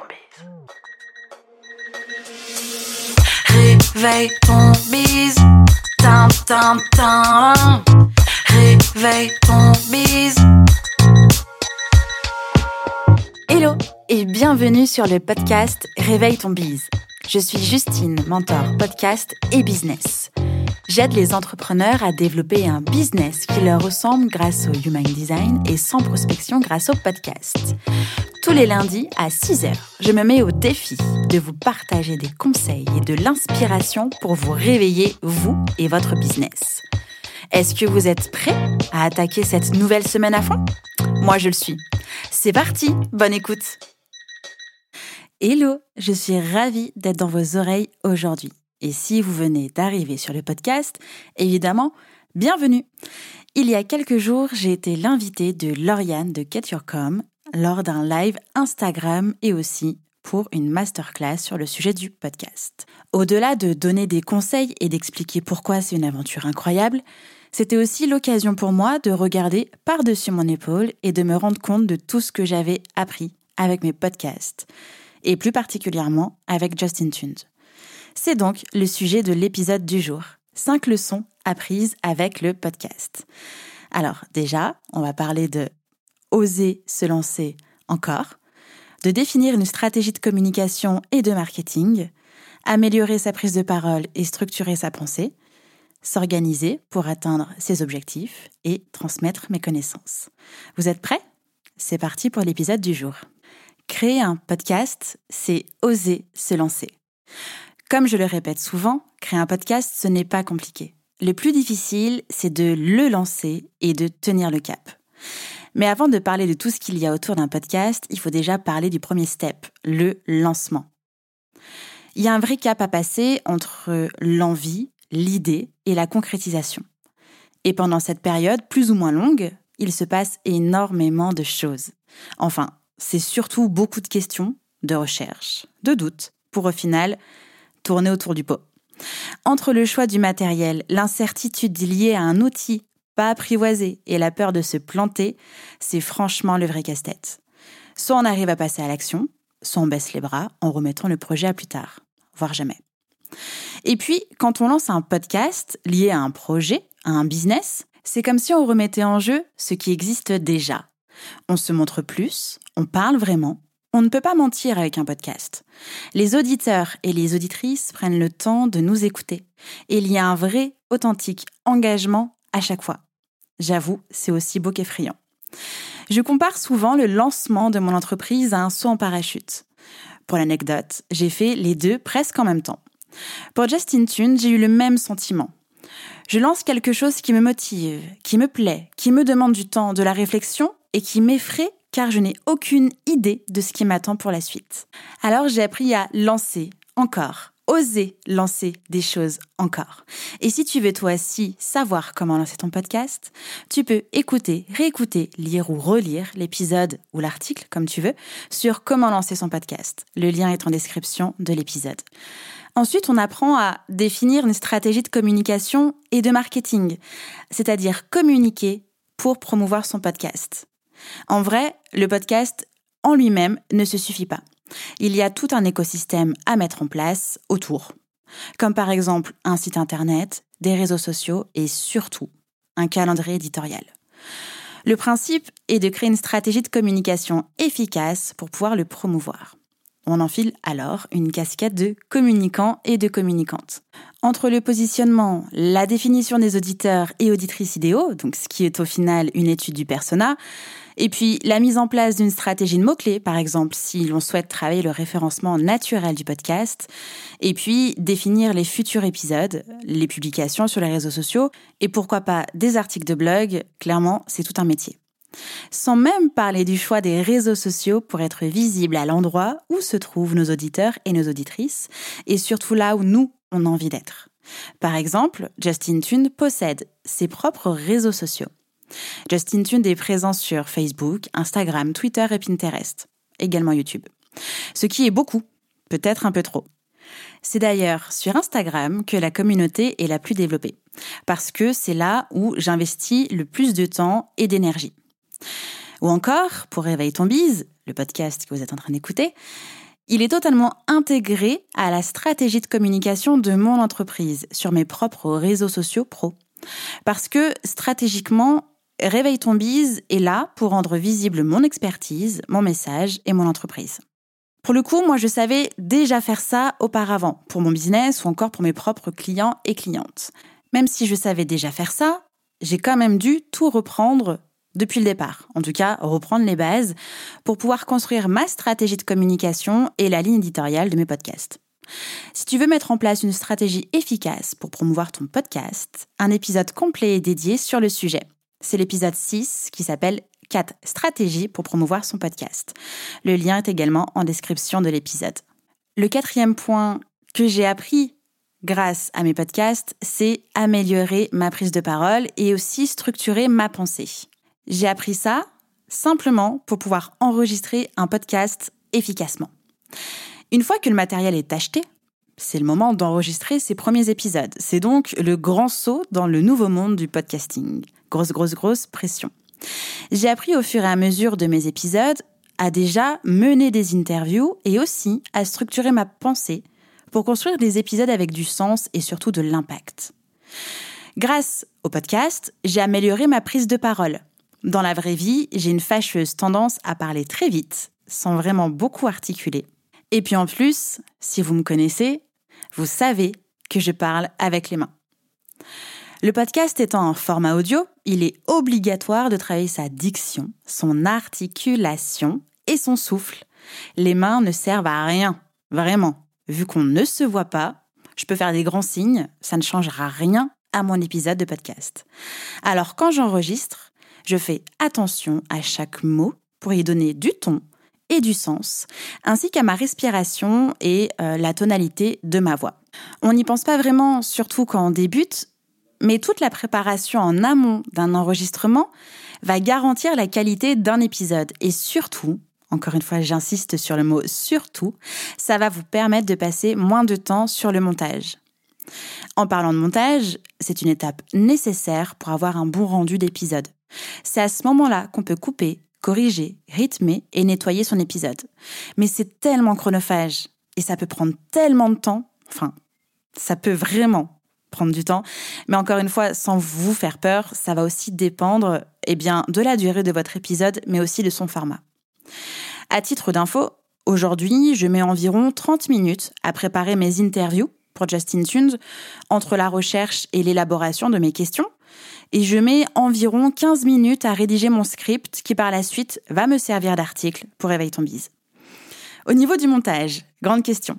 ton bise. Réveille ton bise. Tin, tin, tin. Réveille ton bise. Hello et bienvenue sur le podcast Réveille ton bise. Je suis Justine, mentor podcast et business. J'aide les entrepreneurs à développer un business qui leur ressemble grâce au Human Design et sans prospection grâce au podcast. Tous les lundis à 6h, je me mets au défi de vous partager des conseils et de l'inspiration pour vous réveiller, vous et votre business. Est-ce que vous êtes prêts à attaquer cette nouvelle semaine à fond ? Moi, je le suis. C'est parti, bonne écoute. Hello, je suis ravie d'être dans vos oreilles aujourd'hui. Et si vous venez d'arriver sur le podcast, évidemment, bienvenue. Il y a quelques jours, j'ai été l'invitée de Lauriane de Get Your Com lors d'un live Instagram et aussi pour une masterclass sur le sujet du podcast. Au-delà de donner des conseils et d'expliquer pourquoi c'est une aventure incroyable, c'était aussi l'occasion pour moi de regarder par-dessus mon épaule et de me rendre compte de tout ce que j'avais appris avec mes podcasts, et plus particulièrement avec Justin Tunes. C'est donc le sujet de l'épisode du jour, 5 leçons apprises avec le podcast. Alors déjà, on va parler de oser se lancer encore, de définir une stratégie de communication et de marketing, améliorer sa prise de parole et structurer sa pensée, s'organiser pour atteindre ses objectifs et transmettre mes connaissances. Vous êtes prêts ? C'est parti pour l'épisode du jour. Créer un podcast, c'est oser se lancer. Comme je le répète souvent, créer un podcast, ce n'est pas compliqué. Le plus difficile, c'est de le lancer et de tenir le cap. Mais avant de parler de tout ce qu'il y a autour d'un podcast, il faut déjà parler du premier step, le lancement. Il y a un vrai cap à passer entre l'envie, l'idée et la concrétisation. Et pendant cette période plus ou moins longue, il se passe énormément de choses. Enfin, c'est surtout beaucoup de questions, de recherches, de doutes, pour au final tourner autour du pot. Entre le choix du matériel, l'incertitude liée à un outil pas apprivoisé et la peur de se planter, c'est franchement le vrai casse-tête. Soit on arrive à passer à l'action, soit on baisse les bras en remettant le projet à plus tard, voire jamais. Et puis, quand on lance un podcast lié à un projet, à un business, c'est comme si on remettait en jeu ce qui existe déjà. On se montre plus, on parle vraiment. On ne peut pas mentir avec un podcast. Les auditeurs et les auditrices prennent le temps de nous écouter. Et il y a un vrai, authentique engagement à chaque fois. J'avoue, c'est aussi beau qu'effrayant. Je compare souvent le lancement de mon entreprise à un saut en parachute. Pour l'anecdote, j'ai fait les deux presque en même temps. Pour Justin Tunes, j'ai eu le même sentiment. Je lance quelque chose qui me motive, qui me plaît, qui me demande du temps, de la réflexion et qui m'effraie car je n'ai aucune idée de ce qui m'attend pour la suite. Alors j'ai appris à lancer encore, oser lancer des choses encore. Et si tu veux toi aussi savoir comment lancer ton podcast, tu peux écouter, réécouter, lire ou relire l'épisode ou l'article, comme tu veux, sur comment lancer son podcast. Le lien est en description de l'épisode. Ensuite, on apprend à définir une stratégie de communication et de marketing, c'est-à-dire communiquer pour promouvoir son podcast. En vrai, le podcast en lui-même ne se suffit pas. Il y a tout un écosystème à mettre en place autour, comme par exemple un site internet, des réseaux sociaux et surtout un calendrier éditorial. Le principe est de créer une stratégie de communication efficace pour pouvoir le promouvoir. On enfile alors une casquette de communicant et de communicante. Entre le positionnement, la définition des auditeurs et auditrices idéaux, donc ce qui est au final une étude du persona, et puis la mise en place d'une stratégie de mots-clés, par exemple si l'on souhaite travailler le référencement naturel du podcast, et puis définir les futurs épisodes, les publications sur les réseaux sociaux, et pourquoi pas des articles de blog, clairement c'est tout un métier. Sans même parler du choix des réseaux sociaux pour être visible à l'endroit où se trouvent nos auditeurs et nos auditrices, et surtout là où nous, on a envie d'être. Par exemple, Justin Tunes possède ses propres réseaux sociaux. Justin Tunes est présent sur Facebook, Instagram, Twitter et Pinterest, également YouTube. Ce qui est beaucoup, peut-être un peu trop. C'est d'ailleurs sur Instagram que la communauté est la plus développée, parce que c'est là où j'investis le plus de temps et d'énergie. Ou encore, pour Réveille ton bise, le podcast que vous êtes en train d'écouter, Il est totalement intégré à la stratégie de communication de mon entreprise sur mes propres réseaux sociaux pro. Parce que stratégiquement, Réveille ton Biz est là pour rendre visible mon expertise, mon message et mon entreprise. Pour le coup, moi, je savais déjà faire ça auparavant, pour mon business ou encore pour mes propres clients et clientes. Même si je savais déjà faire ça, j'ai quand même dû tout reprendre depuis le départ. En tout cas, reprendre les bases pour pouvoir construire ma stratégie de communication et la ligne éditoriale de mes podcasts. Si tu veux mettre en place une stratégie efficace pour promouvoir ton podcast, un épisode complet est dédié sur le sujet. C'est l'épisode 6 qui s'appelle 4 stratégies pour promouvoir son podcast. Le lien est également en description de l'épisode. Le 4e point que j'ai appris grâce à mes podcasts, c'est améliorer ma prise de parole et aussi structurer ma pensée. J'ai appris ça simplement pour pouvoir enregistrer un podcast efficacement. Une fois que le matériel est acheté, c'est le moment d'enregistrer ses premiers épisodes. C'est donc le grand saut dans le nouveau monde du podcasting. Grosse pression. J'ai appris au fur et à mesure de mes épisodes à déjà mener des interviews et aussi à structurer ma pensée pour construire des épisodes avec du sens et surtout de l'impact. Grâce au podcast, j'ai amélioré ma prise de parole. Dans la vraie vie, j'ai une fâcheuse tendance à parler très vite, sans vraiment beaucoup articuler. Et puis en plus, si vous me connaissez, vous savez que je parle avec les mains. Le podcast étant un format audio, il est obligatoire de travailler sa diction, son articulation et son souffle. Les mains ne servent à rien, vraiment. Vu qu'on ne se voit pas, je peux faire des grands signes, ça ne changera rien à mon épisode de podcast. Alors quand j'enregistre, je fais attention à chaque mot pour y donner du ton et du sens, ainsi qu'à ma respiration et la tonalité de ma voix. On n'y pense pas vraiment, surtout quand on débute, mais toute la préparation en amont d'un enregistrement va garantir la qualité d'un épisode. Et surtout, encore une fois, j'insiste sur le mot « surtout », ça va vous permettre de passer moins de temps sur le montage. En parlant de montage, c'est une étape nécessaire pour avoir un bon rendu d'épisode. C'est à ce moment-là qu'on peut couper, corriger, rythmer et nettoyer son épisode. Mais c'est tellement chronophage et ça peut prendre tellement de temps, ça peut vraiment prendre du temps, mais encore une fois, sans vous faire peur, ça va aussi dépendre de la durée de votre épisode, mais aussi de son format. À titre d'info, aujourd'hui, je mets environ 30 minutes à préparer mes interviews pour Justin Tunes, entre la recherche et l'élaboration de mes questions, et je mets environ 15 minutes à rédiger mon script qui par la suite va me servir d'article pour Réveille ton Biz. Au niveau du montage, grande question.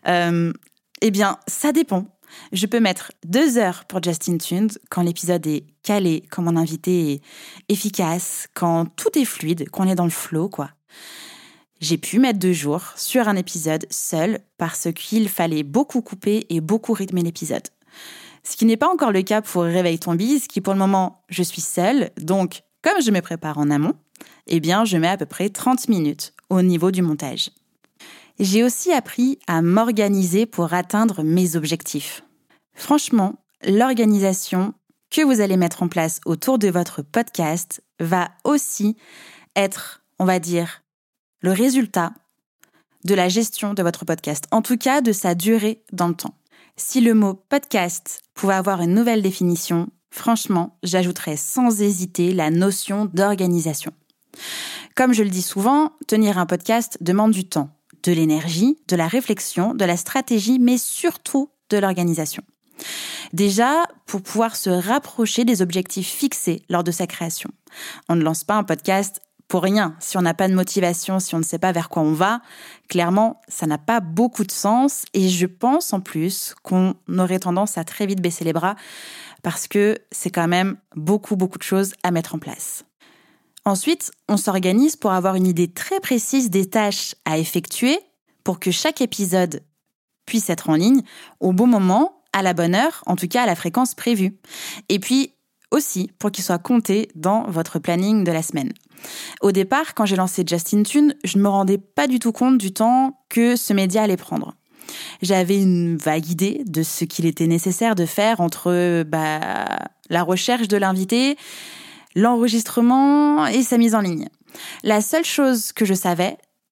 Ça dépend. Je peux mettre 2 heures pour Justin Tunes quand l'épisode est calé, quand mon invité est efficace, quand tout est fluide, qu'on est dans le flow, quoi. J'ai pu mettre 2 jours sur un épisode seul parce qu'il fallait beaucoup couper et beaucoup rythmer l'épisode. Ce qui n'est pas encore le cas pour Réveille ton Biz, qui pour le moment, je suis seule. Donc, comme je me prépare en amont, je mets à peu près 30 minutes au niveau du montage. J'ai aussi appris à m'organiser pour atteindre mes objectifs. Franchement, l'organisation que vous allez mettre en place autour de votre podcast va aussi être, le résultat de la gestion de votre podcast, en tout cas de sa durée dans le temps. Si le mot podcast pouvait avoir une nouvelle définition, franchement, j'ajouterais sans hésiter la notion d'organisation. Comme je le dis souvent, tenir un podcast demande du temps, de l'énergie, de la réflexion, de la stratégie, mais surtout de l'organisation. Déjà, pour pouvoir se rapprocher des objectifs fixés lors de sa création. On ne lance pas un podcast pour rien. Si on n'a pas de motivation, si on ne sait pas vers quoi on va, clairement, ça n'a pas beaucoup de sens. Et je pense en plus qu'on aurait tendance à très vite baisser les bras parce que c'est quand même beaucoup de choses à mettre en place. Ensuite, on s'organise pour avoir une idée très précise des tâches à effectuer pour que chaque épisode puisse être en ligne au bon moment, à la bonne heure, en tout cas à la fréquence prévue. Et puis aussi pour qu'il soit compté dans votre planning de la semaine. Au départ, quand j'ai lancé Justin Tunes, je ne me rendais pas du tout compte du temps que ce média allait prendre. J'avais une vague idée de ce qu'il était nécessaire de faire entre la recherche de l'invité, l'enregistrement et sa mise en ligne. La seule chose que je savais,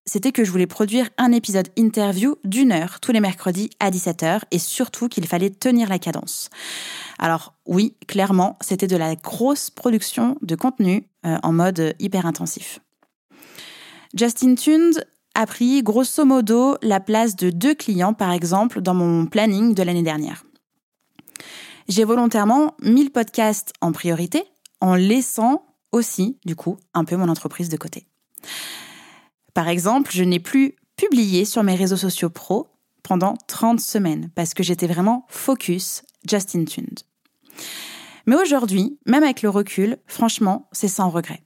c'était que je voulais produire un épisode interview d'1 heure tous les mercredis à 17h et surtout qu'il fallait tenir la cadence. Alors oui, clairement, c'était de la grosse production de contenu en mode hyper intensif. Justin Tunes a pris grosso modo la place de 2 clients par exemple dans mon planning de l'année dernière. J'ai volontairement mis le podcast en priorité en laissant aussi, du coup, un peu mon entreprise de côté. Par exemple, je n'ai plus publié sur mes réseaux sociaux pro pendant 30 semaines parce que j'étais vraiment focus Justin Tunes. Mais aujourd'hui, même avec le recul, franchement, c'est sans regret.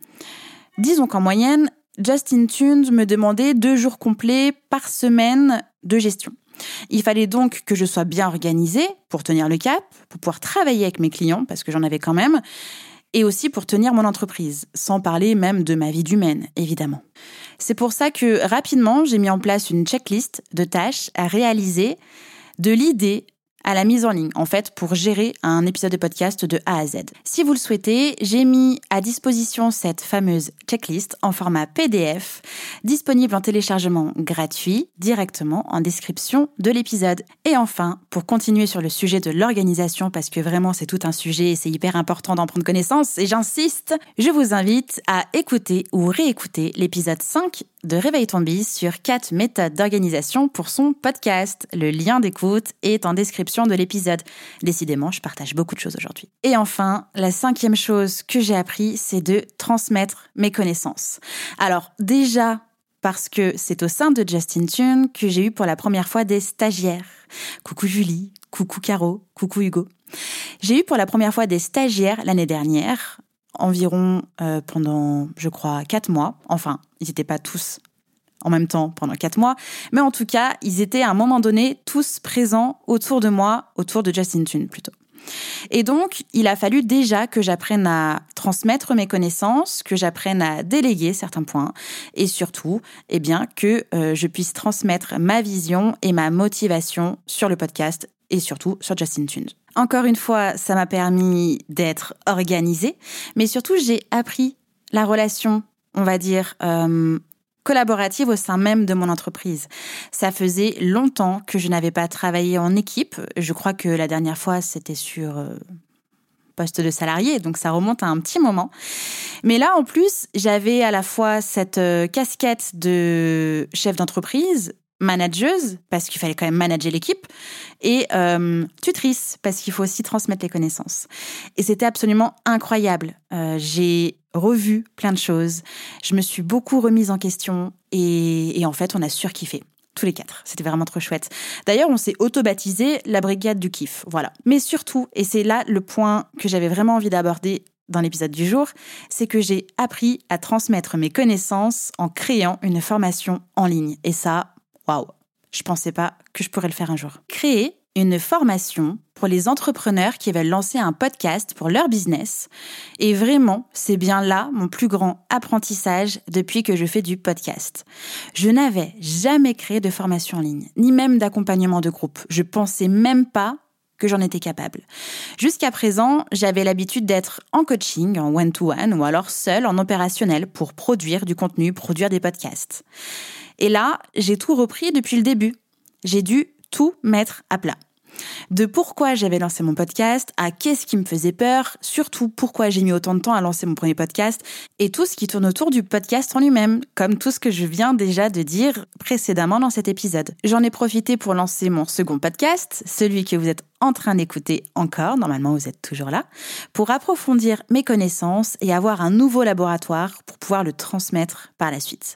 Disons qu'en moyenne, Justin Tunes me demandait 2 jours complets par semaine de gestion. Il fallait donc que je sois bien organisée pour tenir le cap, pour pouvoir travailler avec mes clients, parce que j'en avais quand même, et aussi pour tenir mon entreprise, sans parler même de ma vie d'humaine, évidemment. C'est pour ça que rapidement, j'ai mis en place une checklist de tâches à réaliser de l'idée à la mise en ligne, en fait, pour gérer un épisode de podcast de A à Z. Si vous le souhaitez, j'ai mis à disposition cette fameuse checklist en format PDF, disponible en téléchargement gratuit, directement en description de l'épisode. Et enfin, pour continuer sur le sujet de l'organisation, parce que vraiment c'est tout un sujet et c'est hyper important d'en prendre connaissance, et j'insiste, je vous invite à écouter ou réécouter l'épisode 5 de Réveille ton Biz sur 4 méthodes d'organisation pour son podcast. Le lien d'écoute est en description de l'épisode. Décidément, je partage beaucoup de choses aujourd'hui. Et enfin, la 5e chose que j'ai appris, c'est de transmettre mes connaissances. Alors déjà, parce que c'est au sein de Justin Tunes que j'ai eu pour la première fois des stagiaires. Coucou Julie, coucou Caro, coucou Hugo. J'ai eu pour la première fois des stagiaires l'année dernière, environ pendant, je crois, 4 mois. Enfin, ils n'étaient pas tous en même temps pendant 4 mois, mais en tout cas, ils étaient à un moment donné tous présents autour de moi, autour de Justin Tunes plutôt. Et donc, il a fallu déjà que j'apprenne à transmettre mes connaissances, que j'apprenne à déléguer certains points et surtout, que je puisse transmettre ma vision et ma motivation sur le podcast et surtout sur Justin Tunes. Encore une fois, ça m'a permis d'être organisée, mais surtout, j'ai appris la relation, on va dire, collaborative au sein même de mon entreprise. Ça faisait longtemps que je n'avais pas travaillé en équipe. Je crois que la dernière fois, c'était sur poste de salarié, donc ça remonte à un petit moment. Mais là, en plus, j'avais à la fois cette casquette de chef d'entreprise, manageuse, parce qu'il fallait quand même manager l'équipe, et tutrice, parce qu'il faut aussi transmettre les connaissances. Et c'était absolument incroyable. J'ai revu plein de choses, je me suis beaucoup remise en question, et en fait, on a surkiffé. Tous les 4. C'était vraiment trop chouette. D'ailleurs, on s'est auto-baptisé la brigade du kiff. Voilà. Mais surtout, et c'est là le point que j'avais vraiment envie d'aborder dans l'épisode du jour, c'est que j'ai appris à transmettre mes connaissances en créant une formation en ligne. Et ça, waouh, je pensais pas que je pourrais le faire un jour. Créer une formation pour les entrepreneurs qui veulent lancer un podcast pour leur business. Et vraiment, c'est bien là mon plus grand apprentissage depuis que je fais du podcast. Je n'avais jamais créé de formation en ligne, ni même d'accompagnement de groupe. Je pensais même pas que j'en étais capable. Jusqu'à présent, j'avais l'habitude d'être en coaching, en one-to-one, ou alors seule en opérationnel pour produire du contenu, produire des podcasts. Et là, j'ai tout repris depuis le début. J'ai dû tout mettre à plat. De pourquoi j'avais lancé mon podcast, à qu'est-ce qui me faisait peur, surtout pourquoi j'ai mis autant de temps à lancer mon premier podcast, et tout ce qui tourne autour du podcast en lui-même, comme tout ce que je viens déjà de dire précédemment dans cet épisode. J'en ai profité pour lancer mon second podcast, celui que vous êtes en train d'écouter encore, normalement vous êtes toujours là, pour approfondir mes connaissances et avoir un nouveau laboratoire pour pouvoir le transmettre par la suite.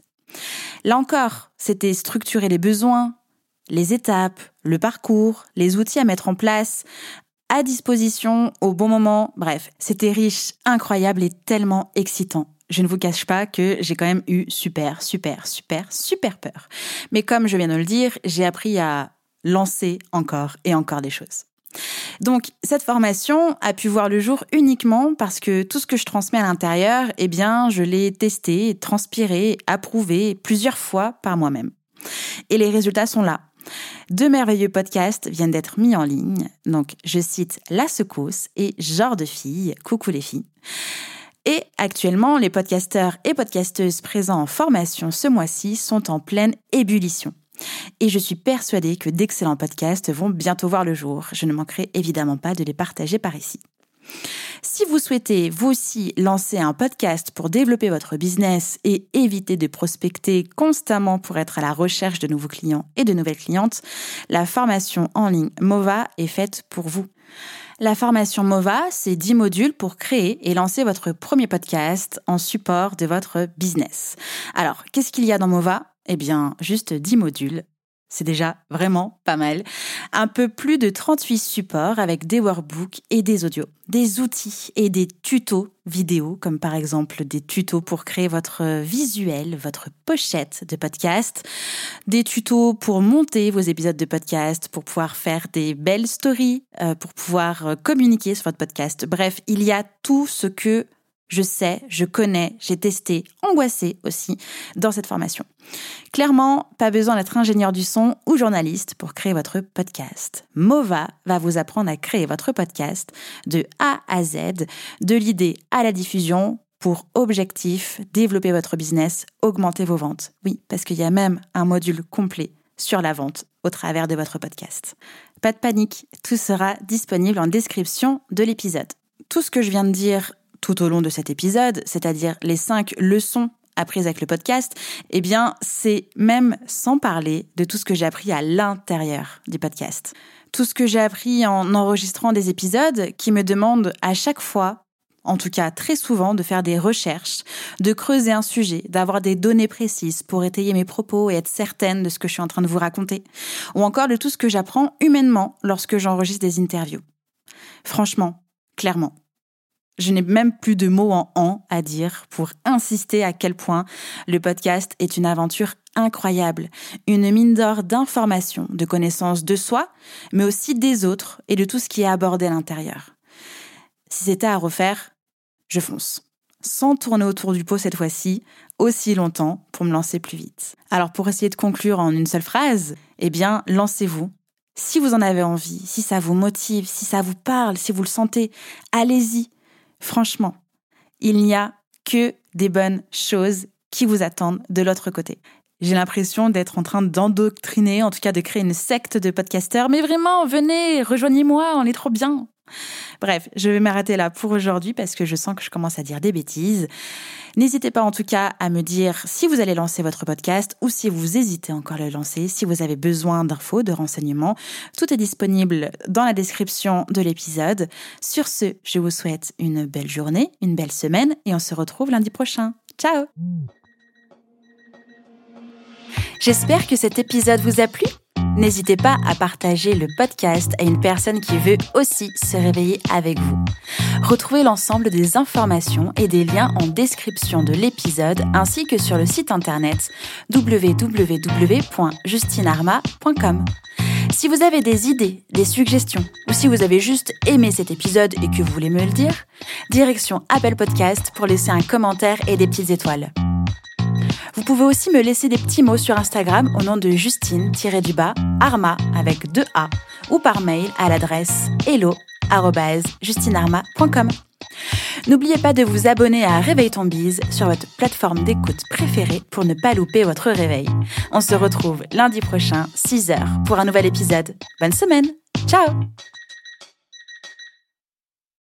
Là encore, c'était structurer les besoins, les étapes, le parcours, les outils à mettre en place, à disposition au bon moment. Bref, c'était riche, incroyable et tellement excitant. Je ne vous cache pas que j'ai quand même eu super peur. Mais comme je viens de le dire, j'ai appris à lancer encore et encore des choses. Donc, cette formation a pu voir le jour uniquement parce que tout ce que je transmets à l'intérieur, je l'ai testé, transpiré, approuvé plusieurs fois par moi-même. Et les résultats sont là. 2 merveilleux podcasts viennent d'être mis en ligne. Donc, je cite La Secousse et Genre de Filles. Coucou les filles. Et actuellement, les podcasteurs et podcasteuses présents en formation ce mois-ci sont en pleine ébullition. Et je suis persuadée que d'excellents podcasts vont bientôt voir le jour. Je ne manquerai évidemment pas de les partager par ici. Si vous souhaitez, vous aussi, lancer un podcast pour développer votre business et éviter de prospecter constamment pour être à la recherche de nouveaux clients et de nouvelles clientes, la formation en ligne Mova est faite pour vous. La formation Mova, c'est 10 modules pour créer et lancer votre premier podcast en support de votre business. Alors, qu'est-ce qu'il y a dans Mova ? Eh bien, juste 10 modules. C'est déjà vraiment pas mal. Un peu plus de 38 supports avec des workbooks et des audios, des outils et des tutos vidéo, comme par exemple des tutos pour créer votre visuel, votre pochette de podcast, des tutos pour monter vos épisodes de podcast, pour pouvoir faire des belles stories, pour pouvoir communiquer sur votre podcast. Bref, il y a tout ce que je sais, je connais, j'ai testé, angoissé aussi dans cette formation. Clairement, pas besoin d'être ingénieur du son ou journaliste pour créer votre podcast. Mova va vous apprendre à créer votre podcast de A à Z, de l'idée à la diffusion, pour objectif, développer votre business, augmenter vos ventes. Oui, parce qu'il y a même un module complet sur la vente au travers de votre podcast. Pas de panique, tout sera disponible en description de l'épisode. Tout ce que je viens de dire tout au long de cet épisode, c'est-à-dire les 5 leçons apprises avec le podcast, eh bien, c'est même sans parler de tout ce que j'ai appris à l'intérieur du podcast. Tout ce que j'ai appris en enregistrant des épisodes qui me demandent à chaque fois, en tout cas très souvent, de faire des recherches, de creuser un sujet, d'avoir des données précises pour étayer mes propos et être certaine de ce que je suis en train de vous raconter, ou encore de tout ce que j'apprends humainement lorsque j'enregistre des interviews. Franchement, clairement, je n'ai même plus de mots en « en » à dire pour insister à quel point le podcast est une aventure incroyable, une mine d'or d'informations, de connaissances de soi, mais aussi des autres et de tout ce qui est abordé à l'intérieur. Si c'était à refaire, je fonce. Sans tourner autour du pot cette fois-ci, aussi longtemps pour me lancer plus vite. Alors pour essayer de conclure en une seule phrase, eh bien, lancez-vous. Si vous en avez envie, si ça vous motive, si ça vous parle, si vous le sentez, allez-y. Franchement, il n'y a que des bonnes choses qui vous attendent de l'autre côté. J'ai l'impression d'être en train d'endoctriner, en tout cas de créer une secte de podcasteurs. Mais vraiment, venez, rejoignez-moi, on est trop bien. Bref, je vais m'arrêter là pour aujourd'hui parce que je sens que je commence à dire des bêtises. N'hésitez pas en tout cas à me dire si vous allez lancer votre podcast ou si vous hésitez encore à le lancer, si vous avez besoin d'infos, de renseignements. Tout est disponible dans la description de l'épisode. Sur ce, je vous souhaite une belle journée, une belle semaine et on se retrouve lundi prochain. Ciao! J'espère que cet épisode vous a plu. N'hésitez pas à partager le podcast à une personne qui veut aussi se réveiller avec vous. Retrouvez l'ensemble des informations et des liens en description de l'épisode ainsi que sur le site internet www.justinarma.com. Si vous avez des idées, des suggestions ou si vous avez juste aimé cet épisode et que vous voulez me le dire, direction Apple Podcast pour laisser un commentaire et des petites étoiles. Vous pouvez aussi me laisser des petits mots sur Instagram au nom de Justine-Arma avec 2 A ou par mail à l'adresse hello@justinarma.com. N'oubliez pas de vous abonner à Réveille ton Biz sur votre plateforme d'écoute préférée pour ne pas louper votre réveil. On se retrouve lundi prochain, 6h, pour un nouvel épisode. Bonne semaine. Ciao!